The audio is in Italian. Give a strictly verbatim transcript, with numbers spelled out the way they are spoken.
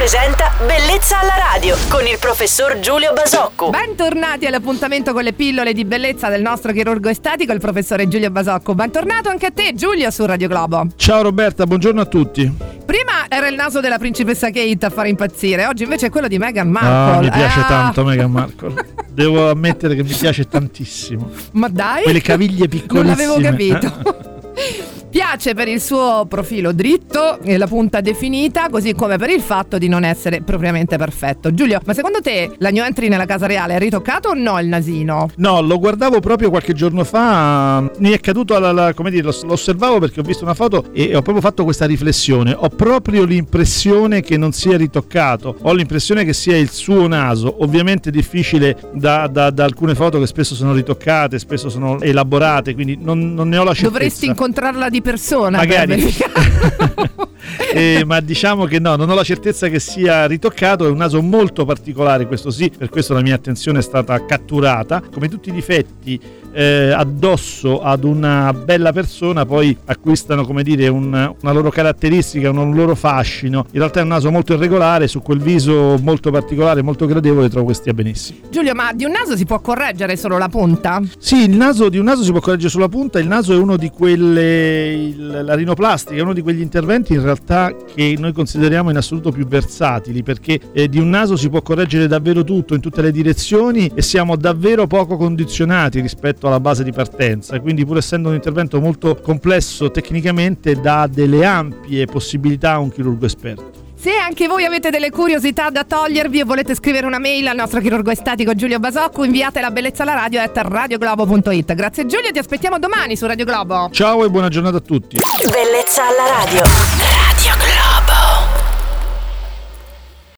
presenta Bellezza alla radio con il professor Giulio Basocco. Bentornati all'appuntamento con le pillole di bellezza del nostro chirurgo estetico, il professore Giulio Basocco. Bentornato anche a te, Giulio, su Radio Globo. Ciao Roberta, buongiorno a tutti. Prima era il naso della principessa Kate a fare impazzire, oggi invece è quello di Meghan Markle. Ah, mi piace ah. tanto Meghan Markle. Devo ammettere che mi piace tantissimo. Ma dai? Quelle caviglie piccolissime. Non l'avevo capito. Piace per il suo profilo dritto e la punta definita, così come per il fatto di non essere propriamente perfetto. Giulio, ma secondo te la new entry nella casa reale è ritoccato o no il nasino? No, lo guardavo proprio qualche giorno fa, mi è caduto alla, alla, come dire, lo, lo osservavo perché ho visto una foto e ho proprio fatto questa riflessione. Ho proprio l'impressione che non sia ritoccato, ho l'impressione che sia il suo naso. Ovviamente è difficile da, da, da alcune foto che spesso sono ritoccate, spesso sono elaborate, quindi non, non ne ho la certezza. Dovresti incontrarla di persona magari per eh, ma diciamo che no, non ho la certezza che sia ritoccato. È un naso molto particolare, questo sì, per questo la mia attenzione è stata catturata. Come tutti i difetti eh, addosso ad una bella persona poi acquistano, come dire, un, una loro caratteristica, un loro fascino. In realtà è un naso molto irregolare, su quel viso molto particolare, molto gradevole, trovo che stia benissimo. Giulio, ma di un naso si può correggere solo la punta? Sì, il naso di un naso si può correggere sulla punta. Il naso è uno di quelle, il, la rinoplastica è uno di quegli interventi in realtà che noi consideriamo in assoluto più versatili, perché eh, di un naso si può correggere davvero tutto in tutte le direzioni e siamo davvero poco condizionati rispetto alla base di partenza, quindi pur essendo un intervento molto complesso tecnicamente dà delle ampie possibilità a un chirurgo esperto. Se anche voi avete delle curiosità da togliervi e volete scrivere una mail al nostro chirurgo estetico Giulio Basocco, inviate la bellezza alla radio at radioglobo punto it. Grazie Giulio, ti aspettiamo domani su Radio Globo. Ciao e buona giornata a tutti. Bellezza alla radio.